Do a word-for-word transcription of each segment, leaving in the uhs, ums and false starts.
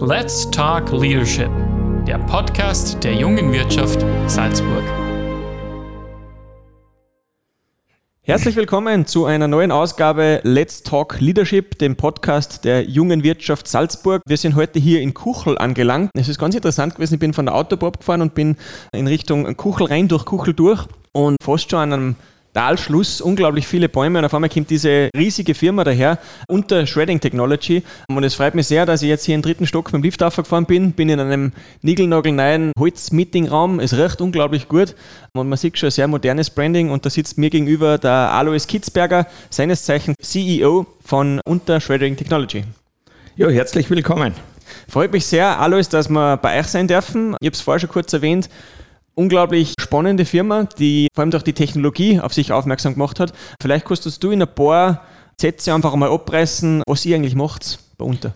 Let's Talk Leadership, der Podcast der Jungen Wirtschaft Salzburg. Herzlich willkommen zu einer neuen Ausgabe Let's Talk Leadership, dem Podcast der Jungen Wirtschaft Salzburg. Wir sind heute hier in Kuchel angelangt. Es ist ganz interessant gewesen, ich bin von der Autobahn gefahren und bin in Richtung Kuchel rein, durch Kuchel durch und fast schon an einem Talschluss, unglaublich viele Bäume und auf einmal kommt diese riesige Firma daher, Unter Shredding Technology, und es freut mich sehr, dass ich jetzt hier im dritten Stock mit dem Lift aufgefahren bin, bin in einem niegelnagelneuen Holz-Meetingraum, es riecht unglaublich gut und man sieht schon ein sehr modernes Branding und da sitzt mir gegenüber der Alois Kitzberger, seines Zeichens C E O von Unter Shredding Technology. Ja, herzlich willkommen. Freut mich sehr, Alois, dass wir bei euch sein dürfen. Ich habe es vorher schon kurz erwähnt, unglaublich spannende Firma, die vor allem durch die Technologie auf sich aufmerksam gemacht hat. Vielleicht kannst du in ein paar Sätze einfach mal abreißen, was ihr eigentlich macht bei Unter.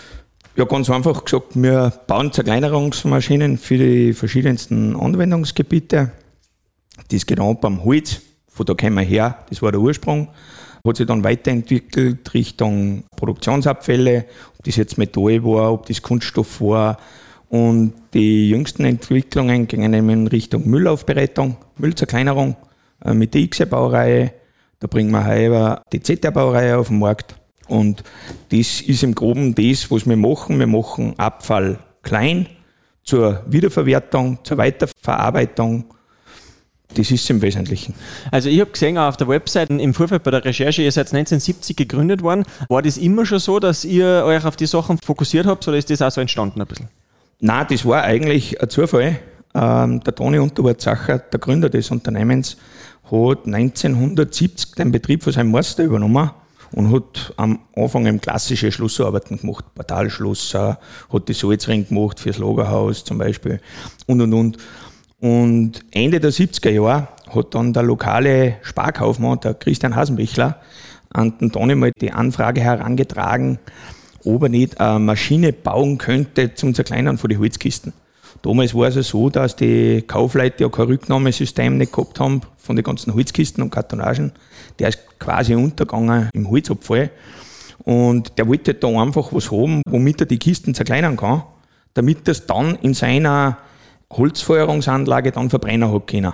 Ja, ganz einfach gesagt, wir bauen Zerkleinerungsmaschinen für die verschiedensten Anwendungsgebiete. Das geht an beim Holz, von da kommen wir her, das war der Ursprung. Hat sich dann weiterentwickelt Richtung Produktionsabfälle, ob das jetzt Metall war, ob das Kunststoff war. Und die jüngsten Entwicklungen gingen in Richtung Müllaufbereitung, Müllzerkleinerung äh, mit der X E-Baureihe. Da bringen wir heuer die Z R-Baureihe auf den Markt. Und das ist im Groben das, was wir machen. Wir machen Abfall klein zur Wiederverwertung, zur Weiterverarbeitung. Das ist im Wesentlichen. Also ich habe gesehen auf der Website im Vorfeld bei der Recherche, ihr seid neunzehnhundertsiebzig gegründet worden. War das immer schon so, dass ihr euch auf die Sachen fokussiert habt oder ist das auch so entstanden ein bisschen? Nein, das war eigentlich ein Zufall. Ähm, der Toni Unterwurzacher, der Gründer des Unternehmens, hat neunzehnhundertsiebzig den Betrieb von seinem Meister übernommen und hat am Anfang eben klassische Schlossarbeiten gemacht, Portalschlosser, hat die Salzring gemacht fürs Lagerhaus zum Beispiel und und und. Und Ende der siebziger Jahre hat dann der lokale Sparkaufmann, der Christian Hasenbichler, an den Toni mal die Anfrage herangetragen, ob er nicht eine Maschine bauen könnte zum Zerkleinern von den Holzkisten. Damals war es ja so, dass die Kaufleute ja kein Rücknahmesystem nicht gehabt haben von den ganzen Holzkisten und Kartonagen. Der ist quasi untergegangen im Holzabfall. Und der wollte da einfach was haben, womit er die Kisten zerkleinern kann, damit er es dann in seiner Holzfeuerungsanlage dann verbrennen hat können.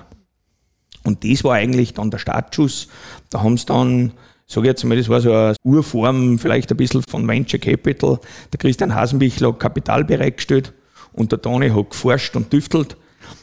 Und das war eigentlich dann der Startschuss. Da haben sie dann, sage ich jetzt mal, das war so eine Urform, vielleicht ein bisschen von Venture Capital. Der Christian Hasenbichler hat Kapital bereitgestellt und der Toni hat geforscht und tüftelt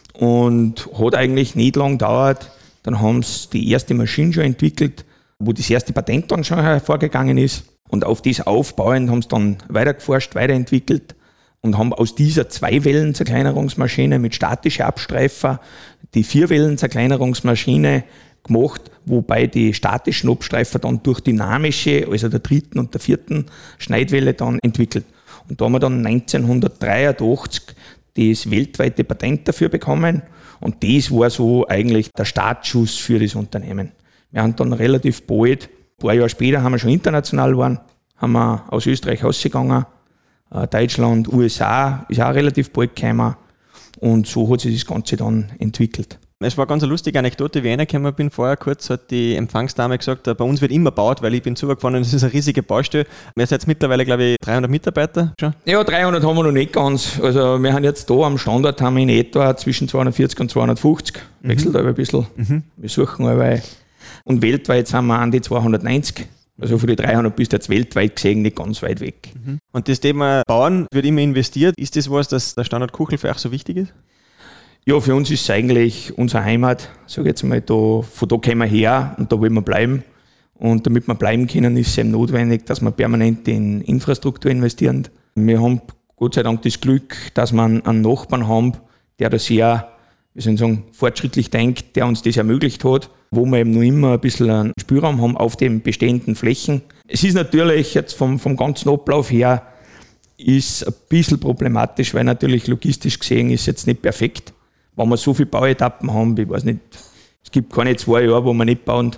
und hat eigentlich nicht lang gedauert. Dann haben sie die erste Maschine schon entwickelt, wo das erste Patent dann schon hervorgegangen ist. Und auf das aufbauend haben sie dann weiter geforscht, weiterentwickelt und haben aus dieser Zwei-Wellen-Zerkleinerungsmaschine mit statischen Abstreifer die Vier-Wellen-Zerkleinerungsmaschine gemacht, wobei die statischen Abstreifer dann durch dynamische, also der dritten und der vierten Schneidwelle dann entwickelt. Und da haben wir dann neunzehnhundertdreiundachtzig das weltweite Patent dafür bekommen und das war so eigentlich der Startschuss für das Unternehmen. Wir haben dann relativ bald, ein paar Jahre später haben wir schon international geworden, haben wir aus Österreich rausgegangen, Deutschland, U S A ist auch relativ bald gekommen und so hat sich das Ganze dann entwickelt. Es war ganz eine lustige Anekdote, wie ich reingekommen bin vorher kurz, hat die Empfangsdame gesagt, bei uns wird immer gebaut, weil ich bin zugefahren und es ist eine riesige Baustelle. Wir sind jetzt mittlerweile, glaube ich, dreihundert Mitarbeiter schon. Ja, dreihundert haben wir noch nicht ganz. Also wir haben jetzt da am Standort haben wir in etwa zwischen zweihundertvierzig und zweihundertfünfzig. Mhm. Wechselt aber ein bisschen. Mhm. Wir suchen aber. Und weltweit sind wir an die zweihundertneunzig. Also von den dreihundert bist du jetzt weltweit gesehen nicht ganz weit weg. Mhm. Und das Thema Bauen wird immer investiert. Ist das was, dass der Standort Kuchel für euch so wichtig ist? Ja, für uns ist es eigentlich unsere Heimat. Sag jetzt mal, da, von da kommen wir her und da wollen wir bleiben. Und damit wir bleiben können, ist es eben notwendig, dass wir permanent in Infrastruktur investieren. Wir haben Gott sei Dank das Glück, dass wir einen Nachbarn haben, der da sehr, wie soll ich sagen, fortschrittlich denkt, der uns das ermöglicht hat, wo wir eben noch immer ein bisschen einen Spielraum haben auf den bestehenden Flächen. Es ist natürlich jetzt vom, vom ganzen Ablauf her ist ein bisschen problematisch, weil natürlich logistisch gesehen ist jetzt nicht perfekt. Wenn wir so viele Bauetappen haben, ich weiß nicht, es gibt keine zwei Jahre, wo wir nicht bauen.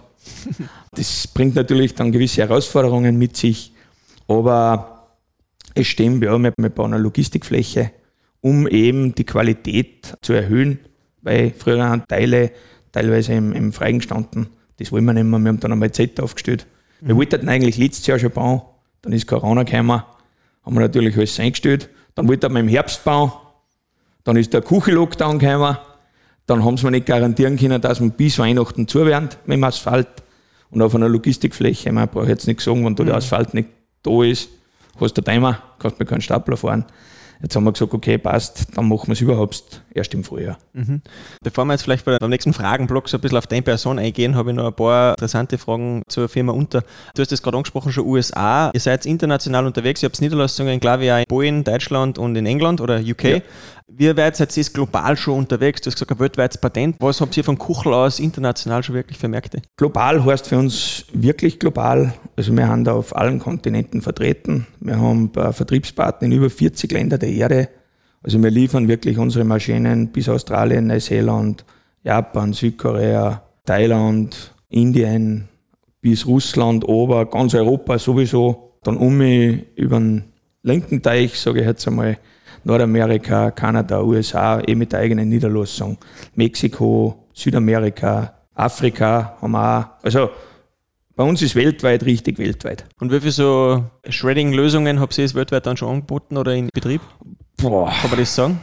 Das bringt natürlich dann gewisse Herausforderungen mit sich, aber es stimmt, ja, wir bauen eine Logistikfläche, um eben die Qualität zu erhöhen, weil früher haben Teile teilweise im, im Freien gestanden, das wollen wir nicht mehr, wir haben dann einmal Z aufgestellt. Wir wollten eigentlich letztes Jahr schon bauen, dann ist Corona gekommen, haben wir natürlich alles eingestellt. Dann wollte man im Herbst bauen, dann ist der Kuchen-Lockdown gekommen, dann haben sie mir nicht garantieren können, dass wir bis Weihnachten zu werden mit dem Asphalt. Und auf einer Logistikfläche, man braucht jetzt nicht sagen, wenn da der Asphalt nicht da ist, hast du Timer, kannst mit keinen Stapler fahren. Jetzt haben wir gesagt, okay, passt, dann machen wir es überhaupt erst im Frühjahr. Mhm. Bevor wir jetzt vielleicht bei beim nächsten Fragenblock so ein bisschen auf deine Person eingehen, habe ich noch ein paar interessante Fragen zur Firma Unter. Du hast das gerade angesprochen, schon U S A. Ihr seid international unterwegs, ihr habt Niederlassungen, glaube ich, auch in Polen, Deutschland und in England oder U K. Ja. Wie weit seid ihr global schon unterwegs? Du hast gesagt, ein weltweites Patent. Was habt ihr von Kuchel aus international schon wirklich für Märkte? Global heißt für uns wirklich global. Also wir haben da auf allen Kontinenten vertreten. Wir haben Vertriebspartner in über vierzig Ländern der Erde. Also wir liefern wirklich unsere Maschinen bis Australien, Neuseeland, Japan, Südkorea, Thailand, Indien, bis Russland, aber ganz Europa sowieso. Dann um mich über den linken Teich, sage ich jetzt einmal, Nordamerika, Kanada, U S A, eh mit der eigenen Niederlassung, Mexiko, Südamerika, Afrika haben wir auch. Also bei uns ist weltweit, richtig weltweit. Und wie viele so Shredding-Lösungen habt ihr es weltweit dann schon angeboten oder in Betrieb? Boah. Kann man das sagen?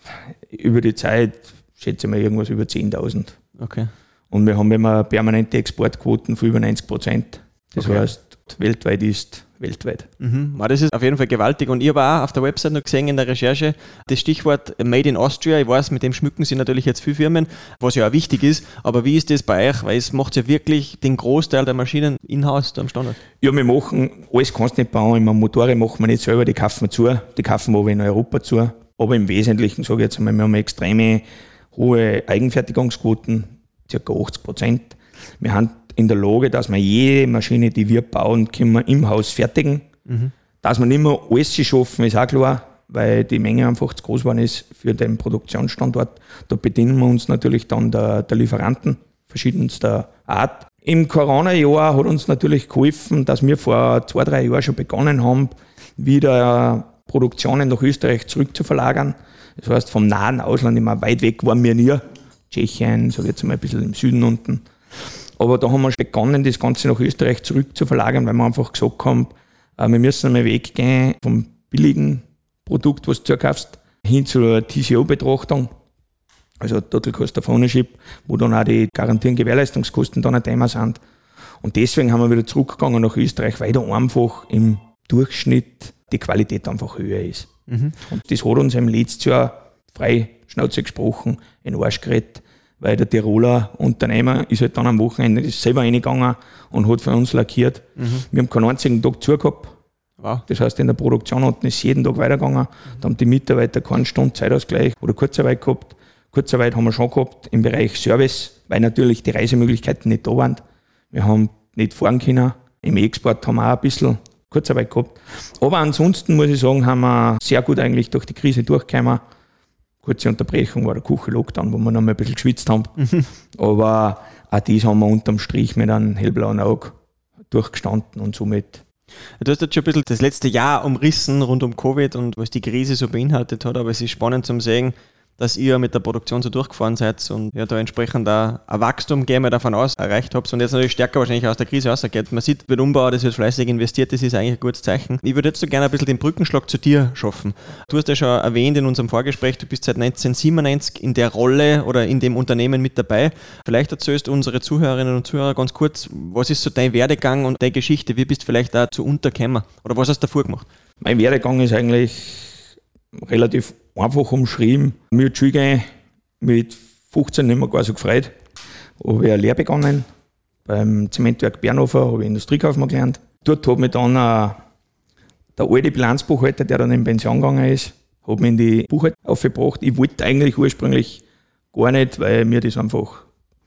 Über die Zeit schätze ich mal irgendwas über zehntausend. Okay. Und wir haben immer permanente Exportquoten von über neunzig Prozent. Das okay. heißt, weltweit ist weltweit. Mhm. Das ist auf jeden Fall gewaltig. Und ich habe auch auf der Website noch gesehen in der Recherche das Stichwort Made in Austria. Ich weiß, mit dem schmücken sich natürlich jetzt viele Firmen, was ja auch wichtig ist. Aber wie ist das bei euch? Weil es macht ja wirklich den Großteil der Maschinen in-house am Standort. Ja, wir machen, alles kannst du nicht bauen. Immer Motoren machen wir nicht selber, die kaufen wir zu. Die kaufen wir aber in Europa zu. Aber im Wesentlichen, sage ich jetzt einmal, wir haben extreme hohe Eigenfertigungsquoten, ca. achtzig Prozent. Wir haben in der Lage, dass wir jede Maschine, die wir bauen, können wir im Haus fertigen. Mhm. Dass wir nicht mehr alles schaffen, ist auch klar, weil die Menge einfach zu groß geworden ist für den Produktionsstandort. Da bedienen wir uns natürlich dann der, der Lieferanten verschiedenster Art. Im Corona-Jahr hat uns natürlich geholfen, dass wir vor zwei, drei Jahren schon begonnen haben, wieder Produktionen nach Österreich zurückzuverlagern. Das heißt, vom nahen Ausland immer weit weg waren wir nie. Tschechien, sage ich jetzt mal ein bisschen im Süden unten. Aber da haben wir begonnen, das Ganze nach Österreich zurückzuverlagern, weil wir einfach gesagt haben, wir müssen einmal weggehen vom billigen Produkt, was du kaufst, hin zur T C O-Betrachtung, also Total Cost of Ownership, wo dann auch die garantierten Gewährleistungskosten dann ein Thema sind. Und deswegen haben wir wieder zurückgegangen nach Österreich, weil da einfach im Durchschnitt die Qualität einfach höher ist. Mhm. Und das hat uns im letzten Jahr frei Schnauze gesprochen, in den Arsch geredet, weil der Tiroler Unternehmer ist halt dann am Wochenende ist selber reingegangen und hat für uns lackiert. Mhm. Wir haben keinen einzigen Tag zu gehabt. Wow. Das heißt, in der Produktion unten ist jeden Tag weitergegangen. Da haben die Mitarbeiter keinen Stunde Zeitausgleich oder Kurzarbeit gehabt. Kurzarbeit haben wir schon gehabt im Bereich Service, weil natürlich die Reisemöglichkeiten nicht da waren. Wir haben nicht fahren können. Im Export haben wir auch ein bisschen Kurzarbeit gehabt. Aber ansonsten muss ich sagen, haben wir sehr gut eigentlich durch die Krise durchgekommen. Kurze Unterbrechung war der Kuchen-Lockdown, wo wir noch mal ein bisschen geschwitzt haben. Mhm. Aber auch das haben wir unterm Strich mit einem hellblauen Auge durchgestanden und somit. Du hast jetzt schon ein bisschen das letzte Jahr umrissen rund um Covid und was die Krise so beinhaltet hat, aber es ist spannend zu sehen, dass ihr mit der Produktion so durchgefahren seid und ja, da entsprechend auch ein Wachstum, gehen wir davon aus, erreicht habt und jetzt natürlich stärker wahrscheinlich aus der Krise rausgeht. Man sieht, wird umbaut, es wird fleißig investiert, das ist eigentlich ein gutes Zeichen. Ich würde jetzt so gerne ein bisschen den Brückenschlag zu dir schaffen. Du hast ja schon erwähnt in unserem Vorgespräch, du bist seit neunzehnhundertsiebenundneunzig in der Rolle oder in dem Unternehmen mit dabei. Vielleicht erzählst du unsere Zuhörerinnen und Zuhörer ganz kurz, was ist so dein Werdegang und deine Geschichte? Wie bist du vielleicht auch zu Unterkämmer oder was hast du davor gemacht? Mein Werdegang ist eigentlich relativ einfach umschrieben. Mir hat die Schule gehen, mit fünfzehn nicht mehr gar so gefreut. Habe ich eine Lehre begonnen. Beim Zementwerk Bernhofer habe ich Industriekaufmann gelernt. Dort hat mich dann uh, der alte Bilanzbuchhalter, der dann in Pension gegangen ist, hat mich in die Buchhaltung aufgebracht. Ich wollte eigentlich ursprünglich gar nicht, weil mir das einfach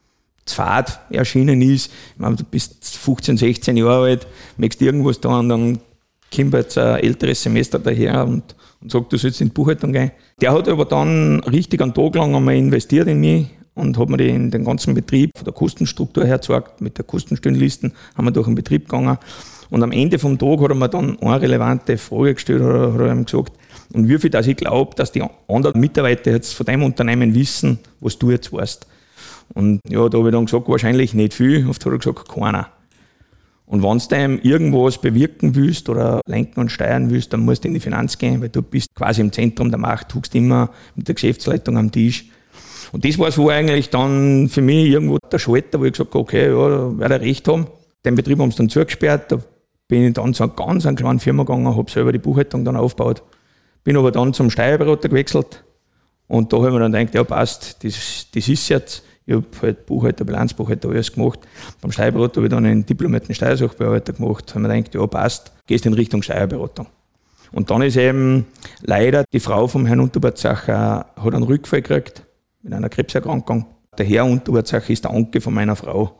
zu fad erschienen ist. Ich meine, du bist fünfzehn, sechzehn Jahre alt, möchtest irgendwas da und dann kommt jetzt ein älteres Semester daher und und sagt, du sollst in die Buchhaltung gehen. Der hat aber dann richtig einen Tag lang einmal investiert in mich und hat mir den, den ganzen Betrieb von der Kostenstruktur her gezeigt. Mit der Kostenstellenlisten haben wir durch den Betrieb gegangen. Und am Ende vom Tag hat er mir dann eine relevante Frage gestellt, oder hat er ihm gesagt, und wie viel, dass ich glaube, dass die anderen Mitarbeiter jetzt von deinem Unternehmen wissen, was du jetzt weißt. Und ja, da habe ich dann gesagt, wahrscheinlich nicht viel. Oft hat er gesagt, keiner. Und wenn du dem irgendwas bewirken willst oder lenken und steuern willst, dann musst du in die Finanz gehen, weil du bist quasi im Zentrum der Macht, huckst immer mit der Geschäftsleitung am Tisch. Und das war so eigentlich dann für mich irgendwo der Schalter, wo ich gesagt habe, okay, ja, da werde ich recht haben. Den Betrieb haben sie dann zugesperrt, da bin ich dann zu einer ganz einer kleinen Firma gegangen, habe selber die Buchhaltung dann aufgebaut. Bin aber dann zum Steuerberater gewechselt und da habe ich mir dann gedacht, ja passt, das, das ist jetzt. Ich habe halt Buchhalter, Bilanzbuchhalter, alles gemacht. Beim Steuerberater habe ich dann einen diplomierten Steuersachbearbeiter gemacht. Da habe ich mir gedacht, ja passt, gehst in Richtung Steuerberatung. Und dann ist eben leider die Frau vom Herrn Unterbertzacher hat einen Rückfall gekriegt mit einer Krebserkrankung. Der Herr Unterbertzacher ist der Onkel von meiner Frau.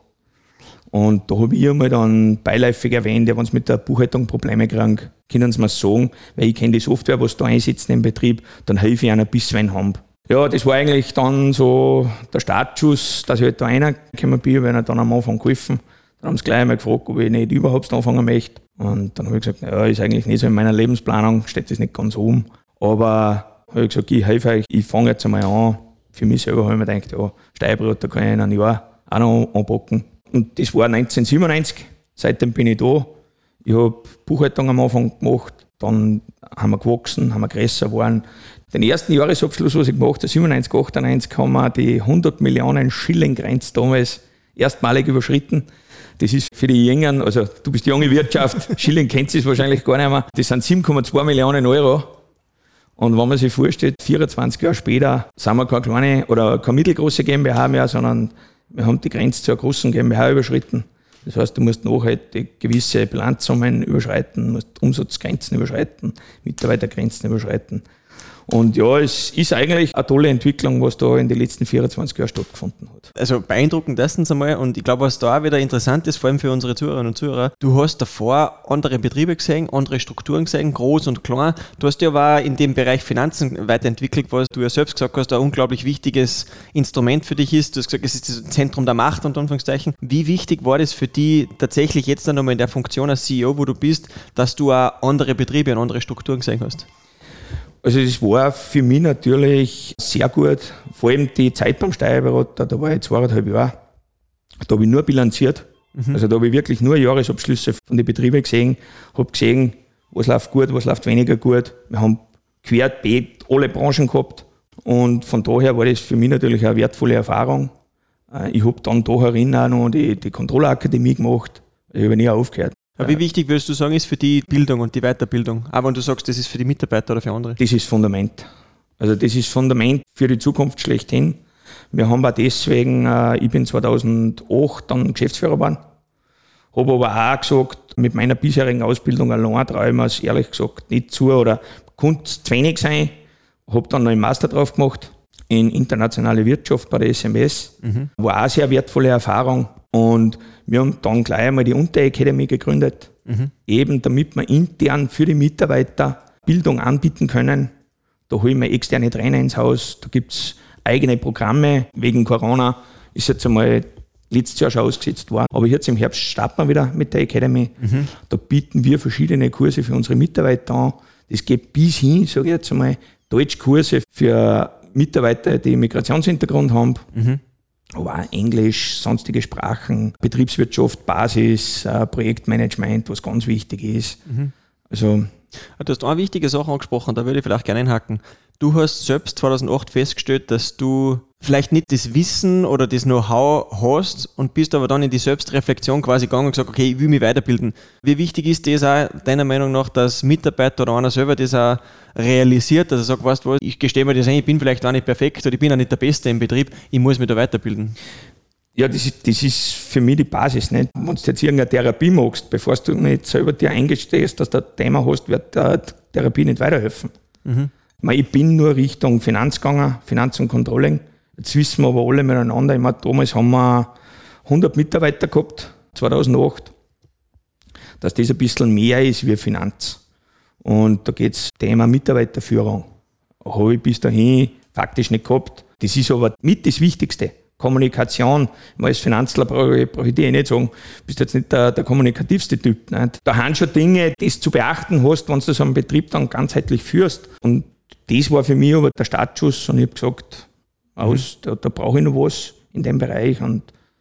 Und da habe ich einmal dann beiläufig erwähnt, ja, wenn sie mit der Buchhaltung Probleme kriegen, können sie mir sagen, weil ich kenne die Software, was da einsetzen im Betrieb, dann helfe ich ihnen, bis sie einen haben. Ja, das war eigentlich dann so der Startschuss, dass ich halt da reingekommen bin, weil ich dann am Anfang geholfen. Dann haben sie gleich einmal gefragt, ob ich nicht überhaupt anfangen möchte. Und dann habe ich gesagt, ja, ist eigentlich nicht so in meiner Lebensplanung, steht das nicht ganz oben. Aber habe ich gesagt, ich helfe euch, ich fange jetzt einmal an. Für mich selber habe ich mir gedacht, ja, Steuerberater kann ich in einem Jahr auch noch anpacken. Und das war neunzehnhundertsiebenundneunzig, seitdem bin ich da. Ich habe Buchhaltung am Anfang gemacht, dann haben wir gewachsen, haben wir größer geworden. Den ersten Jahresabschluss, was ich gemacht habe, siebenundneunzig, achtundneunzig, haben wir die hundert Millionen Schilling-Grenze damals erstmalig überschritten. Das ist für die Jüngeren, also du bist die junge Wirtschaft, Schilling kennt es wahrscheinlich gar nicht mehr. Das sind sieben Komma zwei Millionen Euro. Und wenn man sich vorstellt, vierundzwanzig Jahre später sind wir keine kleine oder keine mittelgroße GmbH mehr, sondern wir haben die Grenze zur großen GmbH überschritten. Das heißt, du musst nachhaltig gewisse Bilanzsummen überschreiten, musst Umsatzgrenzen überschreiten, Mitarbeitergrenzen überschreiten. Und ja, es ist eigentlich eine tolle Entwicklung, was da in den letzten vierundzwanzig Jahren stattgefunden hat. Also beeindruckend erstens einmal, und ich glaube, was da auch wieder interessant ist, vor allem für unsere Zuhörerinnen und Zuhörer, du hast davor andere Betriebe gesehen, andere Strukturen gesehen, groß und klein. Du hast ja aber in dem Bereich Finanzen weiterentwickelt, was du ja selbst gesagt hast, ein unglaublich wichtiges Instrument für dich ist. Du hast gesagt, es ist das Zentrum der Macht, unter Anführungszeichen. Wie wichtig war das für dich tatsächlich jetzt dann nochmal in der Funktion als C E O, wo du bist, dass du auch andere Betriebe und andere Strukturen gesehen hast? Also es war für mich natürlich sehr gut, vor allem die Zeit beim Steuerberater, da war ich zweieinhalb Jahre, da habe ich nur bilanziert, mhm. also da habe ich wirklich nur Jahresabschlüsse von den Betrieben gesehen, habe gesehen, was läuft gut, was läuft weniger gut. Wir haben querbeet alle Branchen gehabt und von daher war das für mich natürlich eine wertvolle Erfahrung. Ich habe dann da herin auch noch die, die Controller-Akademie gemacht, ich habe nie aufgehört. Aber wie wichtig würdest du sagen, ist für die Bildung und die Weiterbildung? Auch wenn du sagst, das ist für die Mitarbeiter oder für andere? Das ist Fundament. Also das ist Fundament für die Zukunft schlechthin. Wir haben auch deswegen, äh, ich bin zweitausendacht dann Geschäftsführer geworden, habe aber auch gesagt, mit meiner bisherigen Ausbildung allein traue ich mir es ehrlich gesagt nicht zu oder konnte es zu wenig sein. Habe dann noch einen Master drauf gemacht in internationale Wirtschaft bei der S M S. Mhm. War auch eine sehr wertvolle Erfahrung. Und wir haben dann gleich einmal die Unteracademy gegründet, mhm. eben damit wir intern für die Mitarbeiter Bildung anbieten können. Da holen wir externe Trainer ins Haus, da gibt es eigene Programme. Wegen Corona ist jetzt einmal letztes Jahr schon ausgesetzt worden. Aber jetzt im Herbst starten wir wieder mit der Academy. Mhm. Da bieten wir verschiedene Kurse für unsere Mitarbeiter an. Das geht bis hin, sage ich jetzt einmal, Deutschkurse für Mitarbeiter, die Migrationshintergrund haben. Mhm. Aber auch Englisch, sonstige Sprachen, Betriebswirtschaft, Basis, äh, Projektmanagement, was ganz wichtig ist. Mhm. Also, du hast eine wichtige Sache angesprochen, da würde ich vielleicht gerne einhaken. Du hast selbst zweitausendacht festgestellt, dass du vielleicht nicht das Wissen oder das Know-how hast und bist aber dann in die Selbstreflexion quasi gegangen und gesagt, okay, ich will mich weiterbilden. Wie wichtig ist das auch deiner Meinung nach, dass Mitarbeiter oder einer selber das auch realisiert, dass er sagt, weißt du was, ich gestehe mir das ein, ich bin vielleicht auch nicht perfekt oder ich bin auch nicht der Beste im Betrieb, ich muss mich da weiterbilden? Ja, das ist, das ist für mich die Basis. Nicht? Wenn du jetzt irgendeine Therapie machst, bevor du nicht selber dir eingestehst, dass du ein Thema hast, wird der Therapie nicht weiterhelfen. Mhm. Ich bin nur Richtung Finanz gegangen, Finanz und Controlling. Jetzt wissen wir aber alle miteinander, ich meine, damals haben wir hundert Mitarbeiter gehabt, zweitausendacht, dass das ein bisschen mehr ist wie Finanz. Und da geht es Thema Mitarbeiterführung. Habe ich bis dahin faktisch nicht gehabt. Das ist aber mit das Wichtigste. Kommunikation. Als Finanzler brauche ich, brauche ich dir eh nicht sagen, du bist jetzt nicht der, der kommunikativste Typ. Nicht? Da haben schon Dinge, die du zu beachten hast, wenn du so einen Betrieb dann ganzheitlich führst. Und das war für mich aber der Startschuss und ich habe gesagt, aus, da, da brauche ich noch was in dem Bereich. Und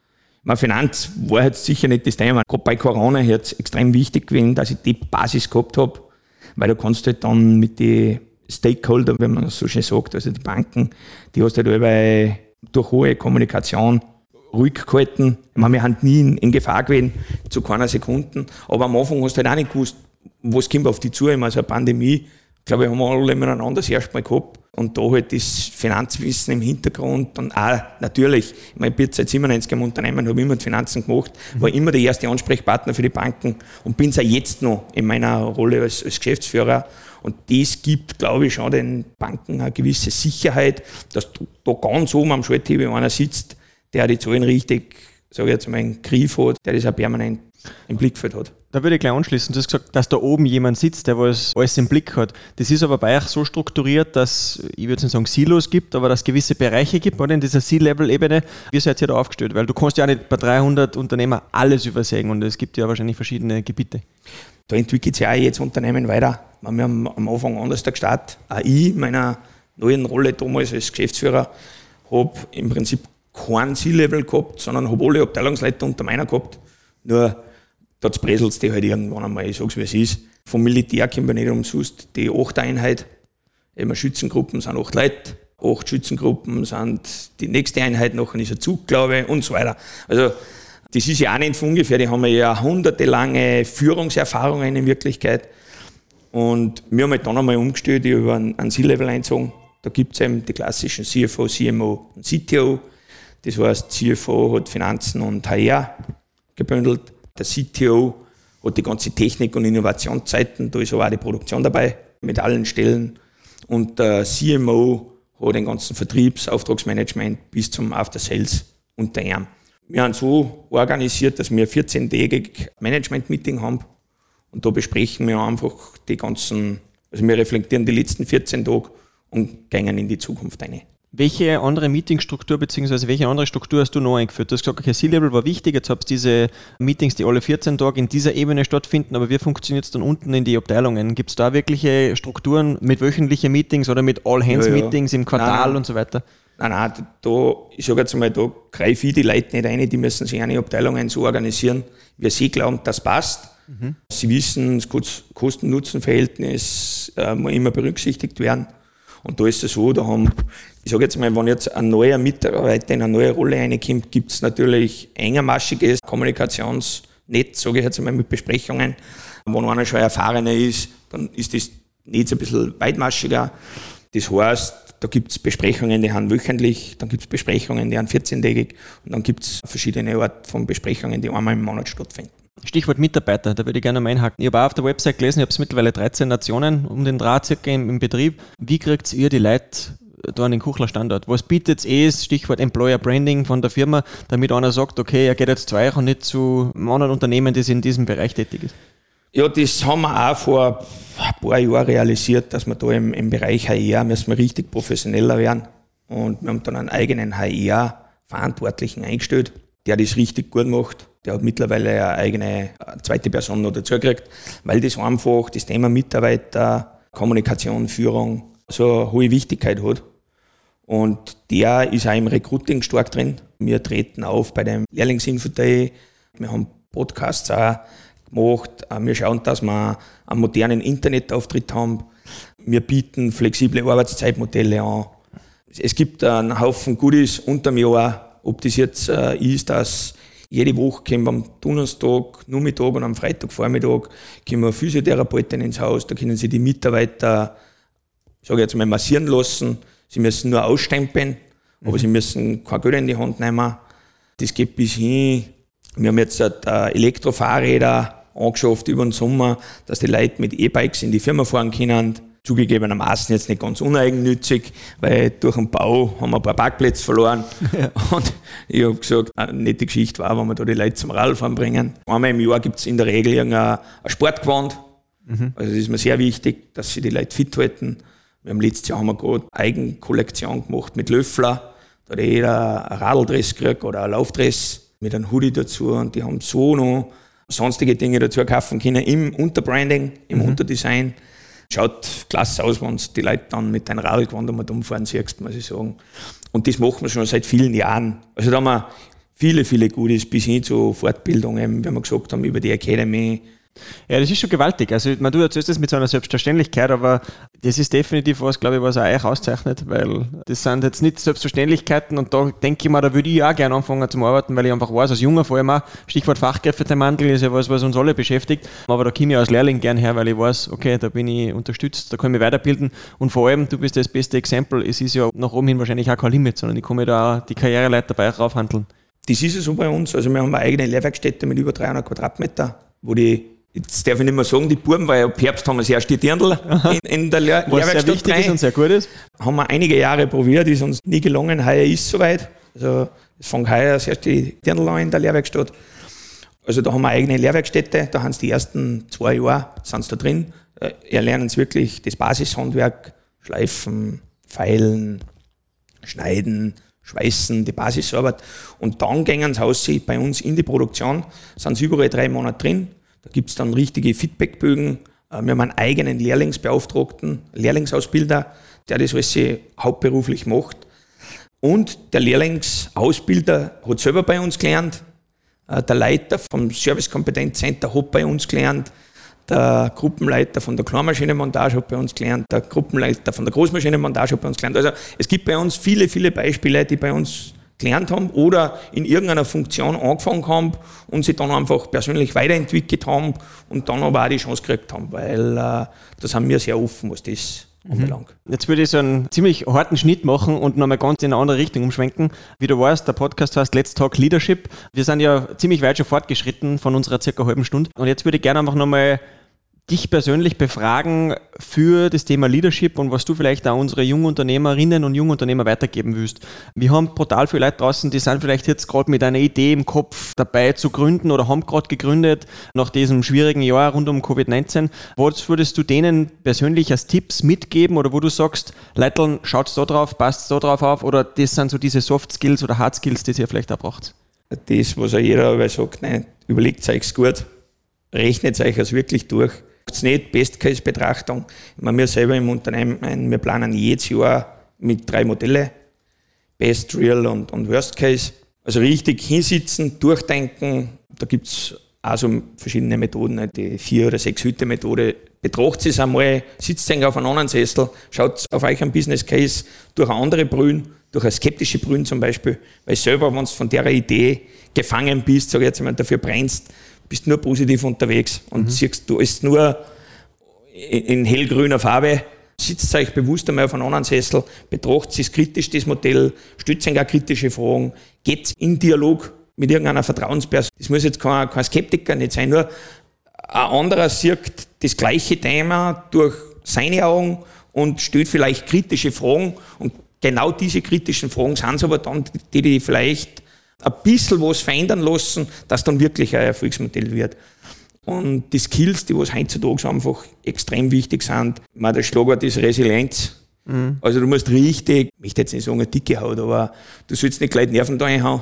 Meine Finanz war jetzt sicher nicht das Thema. Gerade bei Corona hat es extrem wichtig gewesen, dass ich die Basis gehabt habe, weil du kannst halt dann mit den Stakeholder, wenn man so schön sagt, also die Banken, die hast du halt allweil durch hohe Kommunikation ruhig gehalten. Ich meine, wir haben nie in, in Gefahr gewesen, zu keiner Sekunde. Aber am Anfang hast du halt auch nicht gewusst, was kommt auf dich zu. Ich meine, so eine Pandemie, glaube ich, haben wir alle miteinander das erste Mal gehabt. Und da halt das Finanzwissen im Hintergrund und auch natürlich, ich meine, ich bin seit siebenundneunzig im Unternehmen, habe immer die Finanzen gemacht, war immer der erste Ansprechpartner für die Banken und bin es auch jetzt noch in meiner Rolle als, als Geschäftsführer. Und das gibt, glaube ich, schon den Banken eine gewisse Sicherheit, dass da ganz oben am Schalthebel einer sitzt, der die Zahlen richtig, sage ich jetzt mal, einen Griff hat, der das auch permanent im Blickfeld hat. Da würde ich gleich anschließen. Du hast gesagt, dass da oben jemand sitzt, der was alles im Blick hat. Das ist aber bei euch so strukturiert, dass, ich würde nicht sagen Silos gibt, aber dass es gewisse Bereiche gibt, oder in dieser C-Level-Ebene. Wie seid ihr da aufgestellt? Weil du kannst ja auch nicht bei dreihundert Unternehmern alles übersägen und es gibt ja wahrscheinlich verschiedene Gebiete. Da entwickelt sich ja auch jetzt Unternehmen weiter. Wir haben am Anfang anders gestartet. Auch ich, in meiner neuen Rolle damals als Geschäftsführer, habe im Prinzip kein C-Level gehabt, sondern habe alle Abteilungsleiter unter meiner gehabt. Nur da bräselt die halt irgendwann einmal, ich sag's wie es ist. Vom Militär kommen wir nicht umsonst die acht Einheit. Eben Schützengruppen sind acht Leute, acht Schützengruppen sind die nächste Einheit, nachher ist ein Zug, glaube ich, und so weiter. Also das ist ja auch nicht von ungefähr, die haben ja jahrhundertelange Führungserfahrungen in Wirklichkeit. Und wir haben halt dann einmal umgestellt, über einen C-Level eingezogen. Da gibt es eben die klassischen C F O, C M O und C T O. Das heißt, C F O hat Finanzen und H R gebündelt. Der C T O hat die ganze Technik- und Innovationszeiten, da ist aber auch die Produktion dabei, mit allen Stellen. Und der C M O hat den ganzen Vertriebs-, Auftragsmanagement bis zum After Sales unter ihm. Wir haben so organisiert, dass wir ein vierzehntägig Management-Meeting haben und da besprechen wir einfach die ganzen, also wir reflektieren die letzten vierzehn Tage und gehen in die Zukunft rein. Welche andere Meetingstruktur bzw. welche andere Struktur hast du noch eingeführt? Du hast gesagt, okay, C-Level war wichtig, jetzt habt ihr diese Meetings, die alle vierzehn Tage in dieser Ebene stattfinden, aber wie funktioniert es dann unten in die Abteilungen? Gibt es da wirkliche Strukturen mit wöchentlichen Meetings oder mit All-Hands-Meetings ja, ja. im Quartal nein, und so weiter? Nein, nein, da, ich sage jetzt mal, da greife ich die Leute nicht rein, die müssen sich eine Abteilungen so organisieren, wie sie glauben, das passt. Mhm. Sie wissen, das Kosten-Nutzen-Verhältnis äh, muss immer berücksichtigt werden. Und da ist es so, da haben, ich sage jetzt mal, wenn jetzt ein neuer Mitarbeiter in eine neue Rolle reinkommt, gibt es natürlich engermaschiges Kommunikationsnetz, sage ich jetzt mal, mit Besprechungen. Wenn einer schon erfahrener ist, dann ist das Netz ein bisschen weitmaschiger. Das heißt, da gibt es Besprechungen, die haben wöchentlich, dann gibt es Besprechungen, die haben vierzehntägig und dann gibt es verschiedene Arten von Besprechungen, die einmal im Monat stattfinden. Stichwort Mitarbeiter, da würde ich gerne mal einhaken. Ich habe auch auf der Website gelesen, ich habe es mittlerweile dreizehn Nationen um den Draht circa im, im Betrieb. Wie kriegt ihr die Leute da an den Kuchler Standort? Was bietet es, Stichwort Employer Branding von der Firma, damit einer sagt, okay, er geht jetzt zu euch und nicht zu einem anderen Unternehmen, das in diesem Bereich tätig ist? Ja, das haben wir auch vor ein paar Jahren realisiert, dass wir da im, im Bereich H R müssen wir richtig professioneller werden. Und wir haben dann einen eigenen H R-Verantwortlichen eingestellt, der das richtig gut macht. Der hat mittlerweile eine eigene eine zweite Person noch dazu gekriegt, weil das einfach das Thema Mitarbeiter, Kommunikation, Führung so eine hohe Wichtigkeit hat. Und der ist auch im Recruiting stark drin. Wir treten auf bei dem Lehrlingsinfo Day. Wir haben Podcasts auch gemacht. Wir schauen, dass wir einen modernen Internetauftritt haben. Wir bieten flexible Arbeitszeitmodelle an. Es gibt einen Haufen Goodies unterm Jahr, ob das jetzt äh, ist, dass jede Woche kommen am Donnerstag, Nachmittag und am Freitagvormittag kommen Physiotherapeuten ins Haus, da können sie die Mitarbeiter, ich sage jetzt mal, massieren lassen. Sie müssen nur ausstempeln, mhm. aber sie müssen kein Geld in die Hand nehmen. Das geht bis hin, wir haben jetzt Elektrofahrräder angeschafft über den Sommer, dass die Leute mit E-Bikes in die Firma fahren können. Zugegebenermaßen jetzt nicht ganz uneigennützig, weil durch den Bau haben wir ein paar Parkplätze verloren. Ja. Und ich habe gesagt, eine nette Geschichte war, wenn wir da die Leute zum Radfahren bringen. Einmal im Jahr gibt es in der Regel irgendein Sportgewand. Mhm. Also das ist mir sehr wichtig, dass sie die Leute fit halten. Wir haben letztes Jahr haben wir gerade eine Eigenkollektion gemacht mit Löffler. Da hat jeder ein Radldress gekriegt oder ein Laufdress mit einem Hoodie dazu. Und die haben so noch sonstige Dinge dazu kaufen können im Unterbranding, im mhm. Unterdesign. Schaut klasse aus, wenn die Leute dann mit einem Radlgewand umfahren siehst, muss ich sagen. Und das machen wir schon seit vielen Jahren. Also da haben wir viele, viele Gutes bis hin zu Fortbildungen, wie wir gesagt haben, über die Academy. Ja, das ist schon gewaltig. Also, man, du erzählst das mit so einer Selbstverständlichkeit, aber das ist definitiv was, glaube ich, was auch euch auszeichnet, weil das sind jetzt nicht Selbstverständlichkeiten und da denke ich mir, da würde ich auch gerne anfangen zu arbeiten, weil ich einfach weiß, als Junger vor allem auch, Stichwort Fachkräftemangel ist ja was, was uns alle beschäftigt, aber da komme ich als Lehrling gern her, weil ich weiß, okay, da bin ich unterstützt, da kann ich mich weiterbilden und vor allem, du bist das beste Exempel, es ist ja nach oben hin wahrscheinlich auch kein Limit, sondern ich kann mir da auch die Karriereleiter bei euch raufhandeln. Das ist ja so bei uns, also wir haben eine eigene Lehrwerkstätte mit über dreihundert Quadratmeter, wo die Jetzt darf ich nicht mehr sagen, die Buben, weil ab Herbst haben wir das erste Dirndl in, in der Lehr- was Lehrwerkstatt. Was sehr wichtig rein. Ist und sehr gut ist. Haben wir einige Jahre probiert, ist uns nie gelungen. Heuer ist es soweit. Also es fängt heuer das erste Dirndl an in der Lehrwerkstatt. Also da haben wir eine eigene Lehrwerkstätte, da haben sie die ersten zwei Jahre sind sie da drin. Erlernen sie wirklich das Basishandwerk, Schleifen, Feilen, Schneiden, Schweißen, die Basisarbeit. Und dann gehen sie aus bei uns in die Produktion, sind sie überall drei Monate drin. Da gibt es dann richtige Feedbackbögen. Wir haben einen eigenen Lehrlingsbeauftragten, Lehrlingsausbilder, der das alles hauptberuflich macht. Und der Lehrlingsausbilder hat selber bei uns gelernt. Der Leiter vom Service-Kompetenz-Center hat bei uns gelernt. Der Gruppenleiter von der Kleinmaschinenmontage hat bei uns gelernt. Der Gruppenleiter von der Großmaschinenmontage hat bei uns gelernt. Also es gibt bei uns viele, viele Beispiele, die bei uns gelernt haben oder in irgendeiner Funktion angefangen haben und sich dann einfach persönlich weiterentwickelt haben und dann aber auch die Chance gekriegt haben, weil äh, da sind wir sehr offen, was das mhm. anbelangt. Jetzt würde ich so einen ziemlich harten Schnitt machen und nochmal ganz in eine andere Richtung umschwenken. Wie du weißt, der Podcast heißt Let's Talk Leadership. Wir sind ja ziemlich weit schon fortgeschritten von unserer circa halben Stunde und jetzt würde ich gerne einfach nochmal dich persönlich befragen für das Thema Leadership und was du vielleicht auch unsere Jungunternehmerinnen und Jungunternehmer weitergeben willst. Wir haben brutal viele Leute draußen, die sind vielleicht jetzt gerade mit einer Idee im Kopf dabei zu gründen oder haben gerade gegründet nach diesem schwierigen Jahr rund um Covid neunzehn. Was würdest du denen persönlich als Tipps mitgeben oder wo du sagst, Leiteln, schaut da drauf, passt da drauf auf oder das sind so diese Soft Skills oder Hard Skills, die ihr vielleicht auch braucht? Das, was auch jeder aber sagt, nein, überlegt euch gut, rechnet euch es wirklich durch. Macht es nicht Best-Case-Betrachtung. Wir selber im Unternehmen, wir planen jedes Jahr mit drei Modelle, Best, Real und, und Worst Case. Also richtig hinsitzen, durchdenken. Da gibt es auch so verschiedene Methoden, die vier- oder sechs-Hüte-Methode. Betrachtet es einmal, sitzt euch auf einem anderen Sessel, schaut auf euch einen Business Case durch eine andere Brille, durch eine skeptische Brille zum Beispiel, weil selber, wenn du von der Idee gefangen bist, sag ich jetzt mal, dafür brennst, bist nur positiv unterwegs und mhm. siehst du es nur in, in hellgrüner Farbe. Sitzt euch bewusst einmal auf einem anderen Sessel, betrachtet es kritisch, das Modell, stellt euch auch kritische Fragen, geht in Dialog mit irgendeiner Vertrauensperson. Das muss jetzt kein, kein Skeptiker nicht sein, nur ein anderer sieht das gleiche Thema durch seine Augen und stellt vielleicht kritische Fragen und genau diese kritischen Fragen sind es aber dann, die die vielleicht ein bisschen was verändern lassen, dass dann wirklich ein Erfolgsmodell wird. Und die Skills, die was heutzutage einfach extrem wichtig sind, ich meine, der Schlagwort ist Resilienz. Mhm. Also du musst richtig, ich möchte jetzt nicht sagen eine dicke Haut, aber du sollst nicht gleich Nerven da reinhauen.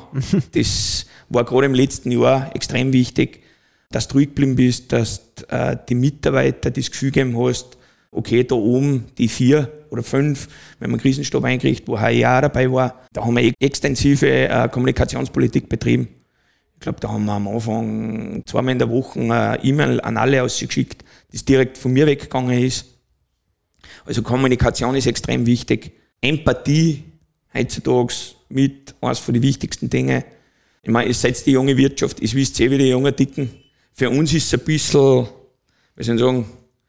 Das war gerade im letzten Jahr extrem wichtig, dass du ruhig geblieben bist, dass äh, die Mitarbeiter das Gefühl gegeben hast, okay, da oben die vier oder fünf, wenn man einen Krisenstab einkriegt, wo H I A dabei war, da haben wir extensive äh, Kommunikationspolitik betrieben. Ich glaube, da haben wir am Anfang zweimal in der Woche eine E-Mail an alle ausgeschickt, das direkt von mir weggegangen ist. Also Kommunikation ist extrem wichtig. Empathie heutzutage mit eines von den wichtigsten Dingen. Ich meine, ihr seid die junge Wirtschaft, ihr wisst eh, wie die Jungen ticken. Für uns ist es ein bisschen, wie soll ich sagen,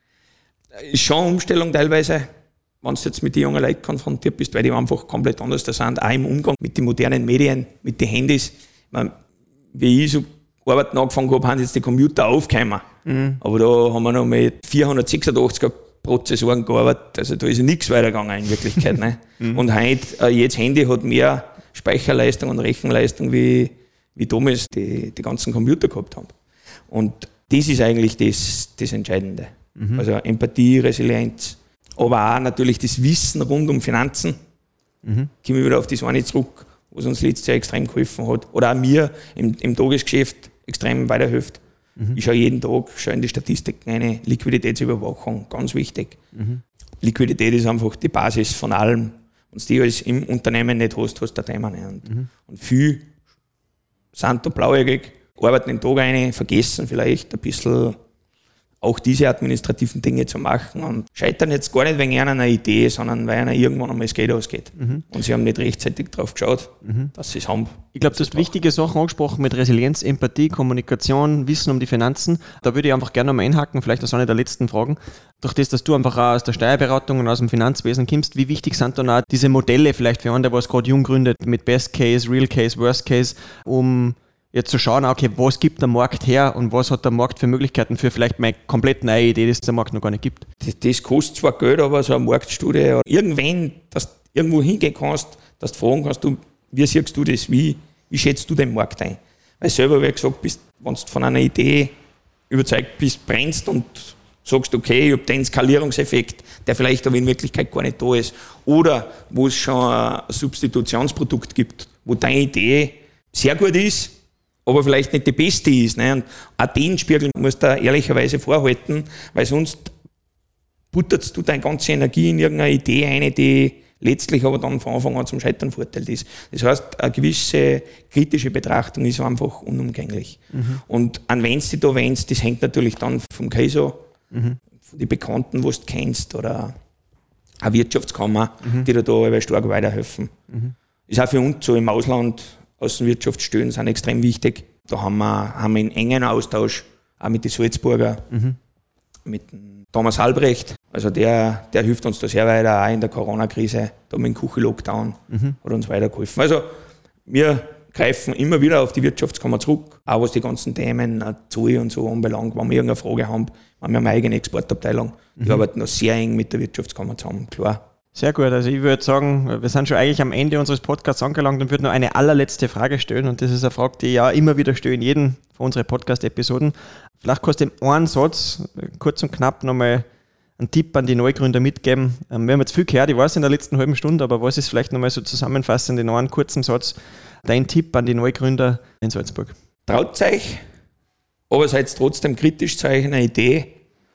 ist schon eine Umstellung teilweise, wenn du jetzt mit den jungen Leuten konfrontiert bist, weil die einfach komplett anders da sind, auch im Umgang mit den modernen Medien, mit den Handys. Ich meine, wie ich so Arbeiten angefangen habe, haben jetzt die Computer aufgekommen. Mhm. Aber da haben wir noch mit vierhundertsechsundachtzig Prozessoren gearbeitet, also da ist ja nichts weitergegangen in Wirklichkeit. Ne? Mhm. Und heute, jedes Handy hat mehr Speicherleistung und Rechenleistung, wie, wie damals die, die ganzen Computer gehabt haben. Und das ist eigentlich das, das Entscheidende. Mhm. Also Empathie, Resilienz, aber auch natürlich das Wissen rund um Finanzen. Mhm. Kommen wir wieder auf das eine zurück, was uns letztes Jahr extrem geholfen hat. Oder auch mir im, im Tagesgeschäft extrem weiterhilft. Mhm. Ich schaue jeden Tag schau in die Statistiken eine, Liquiditätsüberwachung, ganz wichtig. Mhm. Liquidität ist einfach die Basis von allem. Wenn du die alles im Unternehmen nicht hast, hast du ein Thema nicht. Und, mhm. und viel sind da blauäugig, arbeiten den Tag rein, vergessen vielleicht ein bisschen auch diese administrativen Dinge zu machen und scheitern jetzt gar nicht wegen einer Idee, sondern weil einer irgendwann einmal das Geld ausgeht. Mhm. Und sie haben nicht rechtzeitig drauf geschaut, mhm. dass sie es haben. Ich glaube, du hast wichtige Sachen angesprochen mit Resilienz, Empathie, Kommunikation, Wissen um die Finanzen. Da würde ich einfach gerne nochmal einhaken, vielleicht aus einer der letzten Fragen. Durch das, dass du einfach auch aus der Steuerberatung und aus dem Finanzwesen kommst, wie wichtig sind dann auch diese Modelle vielleicht für einen, der was gerade jung gründet, mit Best Case, Real Case, Worst Case, um jetzt zu schauen, okay, was gibt der Markt her und was hat der Markt für Möglichkeiten für vielleicht meine komplett neue Idee, die es der Markt noch gar nicht gibt. Das, das kostet zwar Geld, aber so eine Marktstudie, irgendwann, dass du irgendwo hingehen kannst, dass du fragen kannst, du, wie siehst du das, wie, wie schätzt du den Markt ein? Weil selber, wie gesagt, bist, wenn du von einer Idee überzeugt bist, brennst und sagst, okay, ich habe den Skalierungseffekt, der vielleicht aber in Wirklichkeit gar nicht da ist. Oder wo es schon ein Substitutionsprodukt gibt, wo deine Idee sehr gut ist, aber vielleicht nicht die beste ist. Ne? Und auch den Spiegel musst du ehrlicherweise vorhalten, weil sonst butterst du deine ganze Energie in irgendeine Idee ein, die letztlich aber dann von Anfang an zum Scheitern verurteilt ist. Das heißt, eine gewisse kritische Betrachtung ist einfach unumgänglich. Mhm. Und an wen du da wennst, das hängt natürlich dann vom Case ab, mhm. von den Bekannten, die du kennst, oder eine Wirtschaftskammer, mhm. die dir da stark weiterhelfen. Mhm. Ist auch für uns so im Ausland. Außenwirtschaftsstellen sind extrem wichtig. Da haben wir, haben wir einen engen Austausch, auch mit den Salzburger, mhm. mit dem Thomas Albrecht. Also der, der hilft uns da sehr weiter, auch in der Corona-Krise, da mit dem Kuchi-Lockdown, mhm. hat uns weitergeholfen. Also wir greifen immer wieder auf die Wirtschaftskammer zurück, auch was die ganzen Themen, Zoe und so anbelangt, wenn wir irgendeine Frage haben. Wir haben eine eigene Exportabteilung, die mhm. arbeiten noch sehr eng mit der Wirtschaftskammer zusammen, klar. Sehr gut, also ich würde sagen, wir sind schon eigentlich am Ende unseres Podcasts angelangt und würde noch eine allerletzte Frage stellen, und das ist eine Frage, die ich ja immer wieder stelle in jedem von unseren Podcast-Episoden. Vielleicht kannst du in einem Satz, kurz und knapp, nochmal einen Tipp an die Neugründer mitgeben. Wir haben jetzt viel gehört, ich weiß in der letzten halben Stunde, aber was ist vielleicht nochmal so zusammenfassend in einem kurzen Satz dein Tipp an die Neugründer in Salzburg? Traut euch, aber seid trotzdem kritisch zu eurer Idee,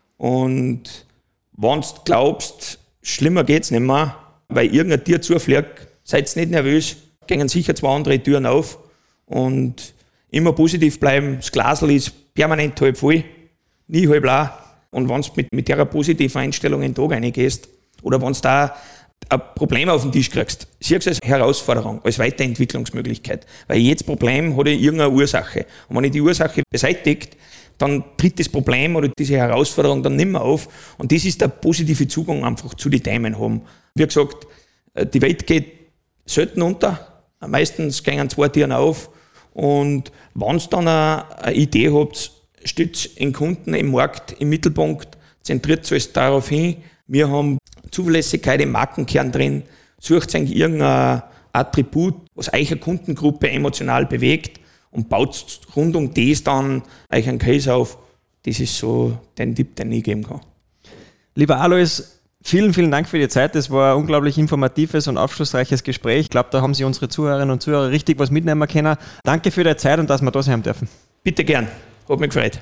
und wenn du glaubst, schlimmer geht's nicht mehr, weil irgendein Tier zufliegt, seid nicht nervös, gehen sicher zwei andere Türen auf und immer positiv bleiben. Das Glasl ist permanent halb voll, nie halb leer. Und wenn du mit, mit der positiven Einstellung in den Tag reingehst oder wenn du da ein Problem auf den Tisch kriegst, siehst du es als Herausforderung, als Weiterentwicklungsmöglichkeit. Weil jedes Problem hat ja irgendeine Ursache. Und wenn ich die Ursache beseitigt, dann tritt das Problem oder diese Herausforderung dann nicht mehr auf. Und das ist der positive Zugang einfach zu den Themen haben. Wie gesagt, die Welt geht selten unter. Meistens gehen zwei Tiere auf. Und wenn ihr dann eine Idee habt, stellt den Kunden im Markt im Mittelpunkt, zentriert euch darauf hin. Wir haben Zuverlässigkeit im Markenkern drin. Sucht euch irgendein Attribut, was euch eine Kundengruppe emotional bewegt, und baut rund um das dann euch einen Case auf. Das ist so der Tipp, den ich geben kann. Lieber Alois, vielen, vielen Dank für die Zeit. Das war ein unglaublich informatives und aufschlussreiches Gespräch. Ich glaube, da haben Sie unsere Zuhörerinnen und Zuhörer richtig was mitnehmen können. Danke für die Zeit und dass wir da sein dürfen. Bitte gern. Hat mich gefreut.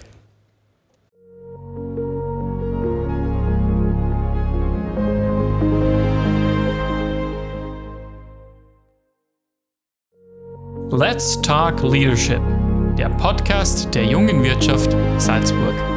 Let's Talk Leadership, der Podcast der Jungen Wirtschaft Salzburg.